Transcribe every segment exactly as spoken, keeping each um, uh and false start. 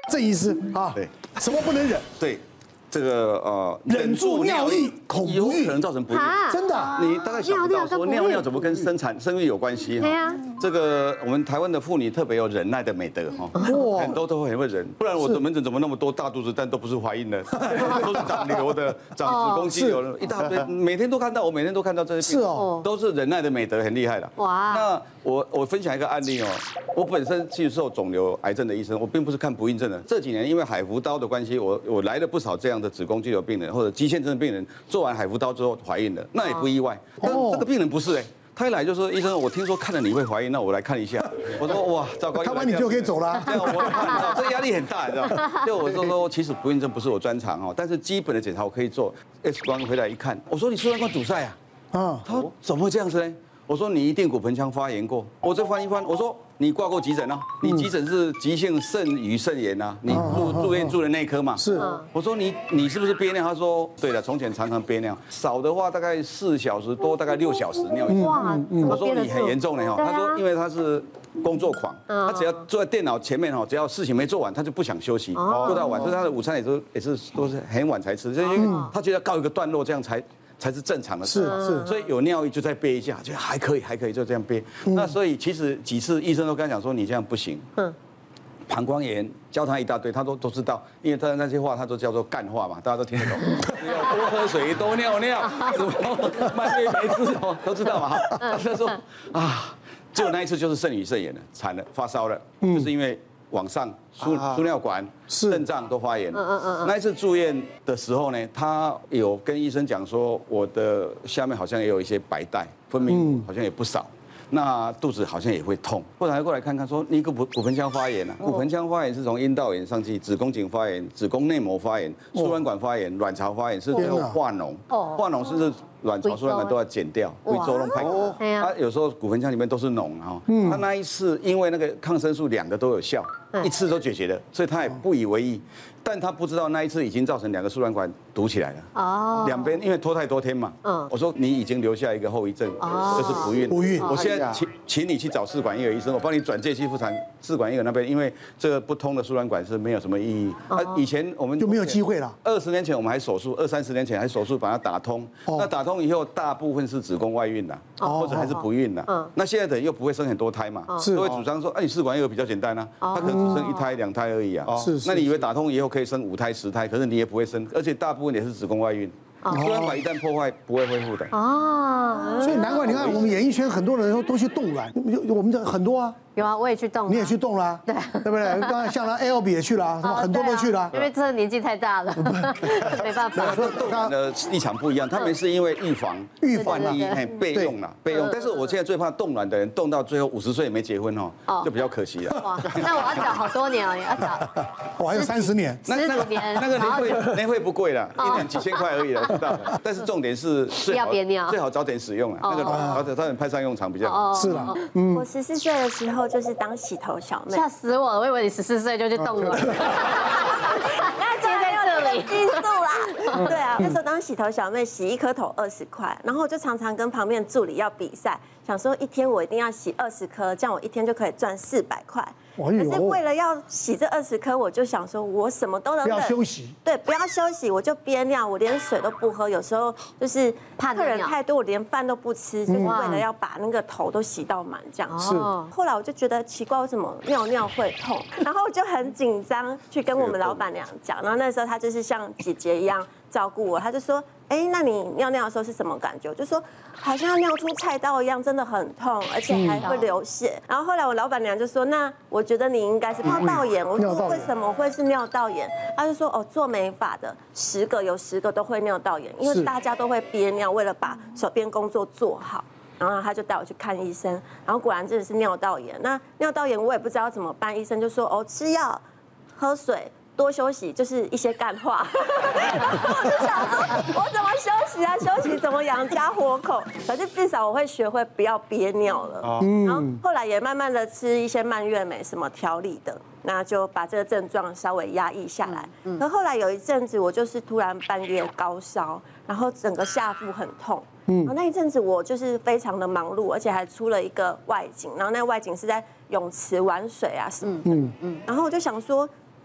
郑医师啊， 对， 什么不能忍？ 对。这个呃， 忍住尿意恐不育， 有可能造成不育。 真的， 你大概想不到说尿尿怎么跟生产生育有关系哈？ 对啊， 这个我们台湾的妇女特别有忍耐的美德哈，很多都会很会忍，不然我的门诊怎么那么多大肚子但都不是怀孕的，都是长瘤的、长子宫肌瘤的，一大堆，每天都看到，我每天都看到这些病，是哦，都是忍耐的美德，很厉害的。哇，那我我分享一个案例哦，我本身是受肿瘤癌症的医生，我并不是看不孕症的。这几年因为海扶刀的关系，我我来了不少这样的子宫肌瘤病人或者肌腺症病人，做完海扶刀之后怀孕了，那也不意外。但这个病人不是哎。他一来就说：“医生，我听说看了你会怀孕，那我来看一下。”我说：“哇，糟糕！” 看完你就可以走了。 这样我怕，你知道，这压力很大，你知道。就我说说，其实不孕症不是我专长哦，但是基本的检查我可以做。X 光回来一看，我说：“你输卵管阻塞啊？”啊，他说：“怎么会这样子呢？”我说：“你一定骨盆腔发炎过。”我再翻一翻，我说：“你挂过急诊啊？你急诊是急性肾盂肾炎啊？你住住院住的内科嘛？”是。我说：“你你是不是憋尿？”他说：“对了，从前常常憋尿，少的话大概四小时多，大概六小时尿一次。”哇，我说：“你很严重的哈。”他说：“因为他是工作狂，他只要坐在电脑前面哈，只要事情没做完，他就不想休息，做到晚，所以他的午餐也都也是都是很晚才吃，就因为他觉得告一个段落，这样才。”才是正常的，是是，所以有尿意就再憋一下，就还可以，还可以，就这样憋。那所以其实几次医生都跟他讲说，你这样不行，嗯，膀胱炎教他一大堆，他都都知道，因为他的那些话他都叫做干话嘛，大家都听得懂。要多喝水，多尿尿，什么蔓越莓汁哦，都知道嘛。他说啊，结果那一次就是肾盂肾炎了，惨了，发烧了，就是因为。往上输输尿管、肾脏都发炎。嗯嗯嗯。那一次住院的时候呢，他有跟医生讲说，我的下面好像也有一些白带，分泌好像也不少。那肚子好像也会痛，后来过来看看，说你骨骨盆腔发炎了、啊。骨盆腔发炎是从阴道炎上去，子宫颈发炎、子宫内膜发炎、输卵管发炎、卵巢发炎，是最后化脓。化脓甚至卵巢、输卵管都要剪掉，会周龙拍。他有时候骨盆腔里面都是脓啊。他那一次因为那个抗生素两个都有效，一次都解决了，所以他也不以为意。但他不知道那一次已经造成两个输卵管堵起来了。哦。两边因为拖太多天嘛。嗯。我说你已经留下一个后遗症，就是不孕。不孕。我现在请请你去找试管婴儿医生，我帮你转介去妇产试管婴儿那边，因为这个不通的输卵管是没有什么意义。啊，以前我们就没有机会了。 二十年前我们还手术，二三十年前还手术把它打通。那打通以后，大部分是子宫外孕啦，或者还是不孕啦。嗯。那现在的人又不会生很多胎嘛，都会主张说，哎，你试管婴儿比较简单啊，他可能只生一胎两胎而已啊。是。那你以为打通以后可以生五胎十胎，可是你也不会生，而且大部分也是子宫外孕。输卵管一旦破坏，不会恢复的。哦， 所以难怪你看我们演艺圈很多人都都去冻卵，我们的很多啊。 有啊，我也去冻。 你也去冻了，对对不对？刚刚像那 L B 也去了，什么很多都去了。 因为这年纪太大了，没办法。 冻卵的立场不一样，他们是因为预防、 预防一备用啦，备用。但是我现在最怕冻卵的人，冻到最后五十岁也没结婚哦，就比较可惜了。 哇，那我要找好多年哦，要找。 我还有三十年。 十几年。 那个年会年会不贵啦，一年几千块而已了，知道。但是重点是最好最好早点使用啊，那个早点早点派上用场比较好。 是啦， 嗯，我十四岁的时候就是当洗头小妹， 吓死我了！我以为你十四岁就去冻了。 那今天在这里激素啦。对啊，那时候当洗头小妹，洗一颗头二十块，然后我就常常跟旁边助理要比赛，想说一天我一定要洗二十颗，这样我一天就可以赚四百块。可是为了要洗这二十颗，我就想说，我什么都能忍， 不要休息。 对，不要休息，我就憋尿，我连水都不喝，有时候就是怕客人太多，我连饭都不吃，就是为了要把那个头都洗到满这样。是。后来我就觉得奇怪，为什么尿尿会痛？然后我就很紧张，去跟我们老板娘讲。然后那时候她就是像姐姐一样照顾我，她就说：“哎，那你尿尿的时候是什么感觉？”我就说好像要尿出菜刀一样，真的很痛，而且还会流血。然后后来我老板娘就说：“那我觉得你应该是尿道炎。”我说：“为什么会是尿道炎？”她就说：“哦，做美发的十个有十个都会尿道炎，因为大家都会憋尿，为了把手边工作做好。”然后他就带我去看医生，然后果然真的是尿道炎。那尿道炎我也不知道怎么办，医生就说：“哦，吃药、喝水。”多休息，就是一些干话。我就想说，我怎么休息啊？休息怎么养家活口？可是至少我会学会不要憋尿了。然后后来也慢慢的吃一些蔓越莓什么调理的，那就把这个症状稍微压抑下来。可后来有一阵子，我就是突然半夜高烧，然后整个下腹很痛。然后那一阵子我就是非常的忙碌，而且还出了一个外景，然后那外景是在泳池玩水啊什么的。然后我就想说，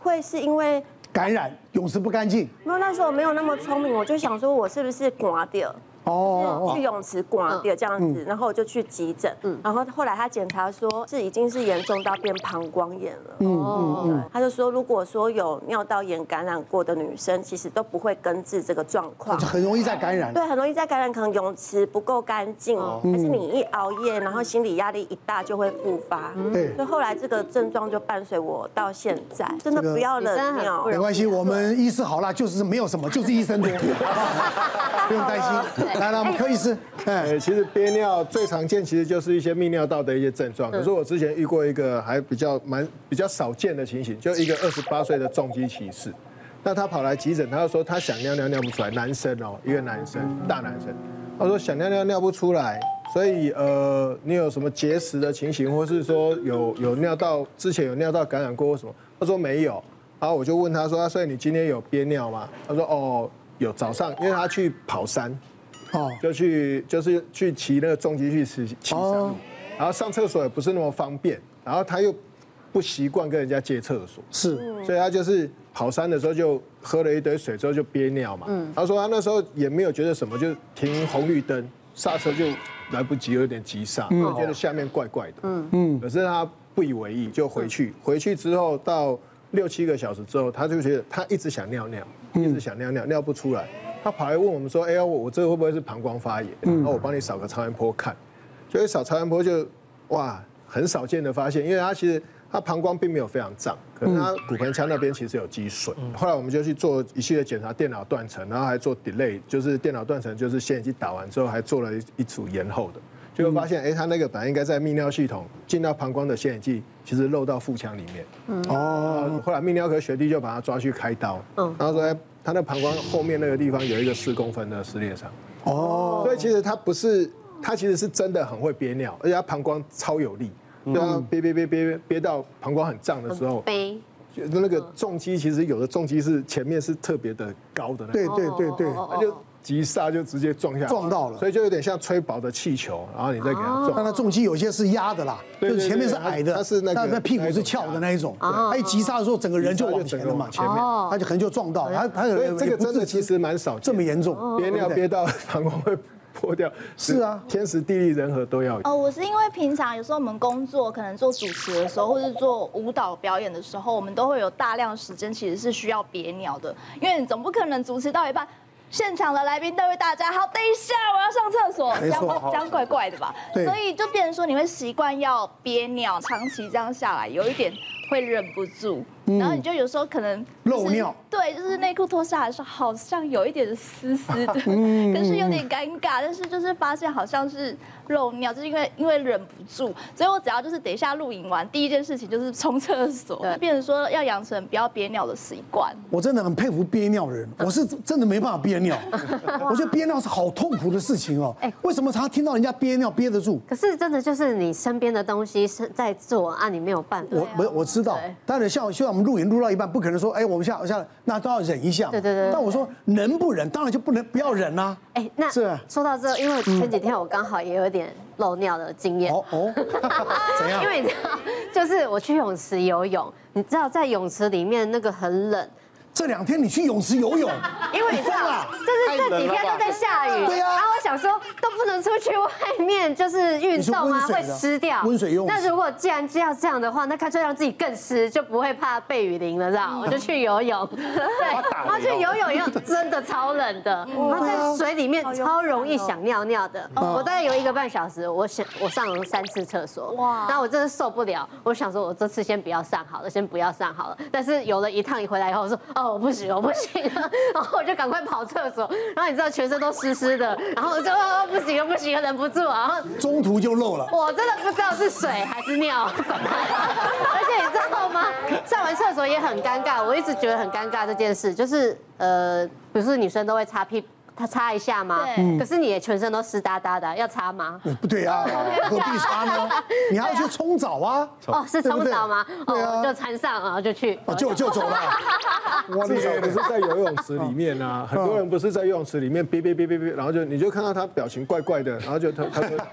会是因为感染泳池不干净。 没有，那时候我没有那么聪明，我就想说我是不是刮掉。哦，去泳池刮掉这样子，然后我就去急诊，然后后来他检查说是已经是严重到变膀胱炎了，嗯嗯嗯，他就说如果说有尿道炎感染过的女生，其实都不会根治这个状况， 很容易再感染， 对，很容易再感染，可能泳池不够干净，还是你一熬夜，然后心理压力一大就会复发，对，所以后来这个症状就伴随我到现在，真的不要冷尿， 没关系，我们医师好啦，就是没有什么，就是医生多，不用担心。来来，我们柯医师， 哎，其实憋尿最常见其实就是一些泌尿道的一些症状。可是我之前遇过一个还比较蛮比较少见的情形，就一个二十八岁的重机骑士，那他跑来急诊，他就说他想尿尿尿不出来，男生哦，一个男生，大男生，他说想尿尿尿不出来，所以呃，你有什么结石的情形，或是说有有尿道之前有尿道感染过或什么？他说没有，然后我就问他说，所以你今天有憋尿吗？他说哦，有，早上因为他去跑山。哦，就去就是去骑那个重机去骑骑山路，然后上厕所也不是那么方便，然后他又不习惯跟人家借厕所， 是， 所以他就是跑山的时候就喝了一堆水之后就憋尿嘛。嗯，他说他那时候也没有觉得什么，就停红绿灯刹车就来不及，有点急刹，就觉得下面怪怪的。嗯嗯，可是他不以为意，就回去。回去之后到六七个小时之后，他就觉得他一直想尿尿，一直想尿尿，尿不出来。他跑来问我们说：“哎呀，我我这个会不会是膀胱发炎？然后我帮你扫个超音波看。”就一扫超音波就，哇，很少见的发现，因为他其实他膀胱并没有非常胀，可是他骨盆腔那边其实有积水。后来我们就去做一系列检查，电脑断层，然后还做 delay， 就是电脑断层就是线已经打完之后，还做了一组延后的，就会发现，哎，他那个本来应该在泌尿系统进到膀胱的腺液其实漏到腹腔里面。哦，后来泌尿科学弟就把他抓去开刀，然后说，哎。他那膀胱后面那个地方有一个四公分的撕裂伤，哦，所以其实他不是，他其实是真的很会憋尿，而且他膀胱超有力，对啊，憋憋憋憋憋到膀胱很胀的时候， 憋， 那个重机其实有的重机是前面是特别的高的， 对对对对， 他就急刹就直接撞下， 撞到了， 所以就有点像吹薄的气球，然后你再给它撞。 但它重机有些是压的啦，就是前面是矮的， 它是那个那屁股是翘的那一种，它一急刹的时候，整个人就往前了嘛， 前面， 他就可能就撞到，他他所以这个真的其实蛮少， 这么严重， 憋尿憋到膀胱会破掉， 是啊， 天时地利人和都要有。 哦，我是因为平常有时候我们工作，可能做主持的时候，或是做舞蹈表演的时候，我们都会有大量时间其实是需要憋尿的，因为你总不可能主持到一半。现场的来宾都会大家好，等一下我要上厕所，这样这样怪怪的吧？所以就变成说你会习惯要憋尿，长期这样下来，有一点会忍不住，然后你就有时候可能漏尿， 对，就是内裤脱下来的时候好像有一点丝丝的，可是有点尴尬，但是就是发现好像是漏尿，就是因为因为忍不住，所以我只要就是等一下录影完，第一件事情就是冲厕所，变成说要养成不要憋尿的习惯。 我真的很佩服憋尿的人，我是真的没办法憋尿，我觉得憋尿是好痛苦的事情哦。哎，为什么常常听到人家憋尿憋得住？ 可是真的就是你身边的东西是在做啊，你没有办法。 我我我知道，当然像像我们录影录到一半，不可能说哎我们下下那都要忍一下。 对对对。 但我说能不忍，当然就不能不要忍啊。 哎，那说到这，因为前几天我刚好也有点漏尿的经验。哦哦， 怎样？ 因为你知道，就是我去泳池游泳，你知道在泳池里面那个很冷。 这两天你去泳池游泳， 因为你知道，就是这几天都在下雨， 对呀。 然后我想说都不能出去外面，就是运动啊，会湿掉。 温水用。 那如果既然要这样的话，那干脆让自己更湿，就不会怕被雨淋了，知道？我就去游泳，对，然后去游泳以后真的超冷的，然后在水里面超容易想尿尿的。我大概游一个半小时，我想我上了三次厕所，哇！然后我真的受不了，我想说我这次先不要上好了，先不要上好了。但是游了一趟一回来以后，我说哦。我不行，我不行了，然后我就赶快跑厕所，然后你知道全身都湿湿的，然后我就哦不行了不行了，忍不住，然后中途就漏了。 我真的不知道是水还是尿，而且你知道吗？上完厕所也很尴尬，我一直觉得很尴尬这件事，就是呃，不是女生都会擦屁。他擦一下吗？可是你也全身都湿哒哒的，要擦吗？ 不对啊，何必擦呢？你还要去冲澡啊？ 哦，是冲澡吗？对啊，就穿上然后就去， 就就走了。 哇，至少不是在游泳池里面啊，很多人不是在游泳池里面憋憋憋憋憋，然后就你就看到他表情怪怪的，然后就他他说，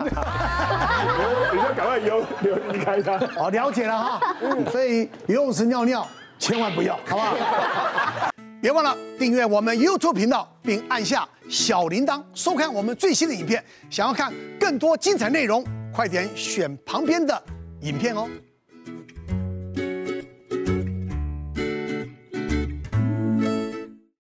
你就赶快游游离开他。 好，了解了哈。所以游泳池尿尿。 千万不要，好不好？别忘了订阅我们 YouTube 频道，并按下小铃铛，收看我们最新的影片。想要看更多精彩内容，快点选旁边的影片哦。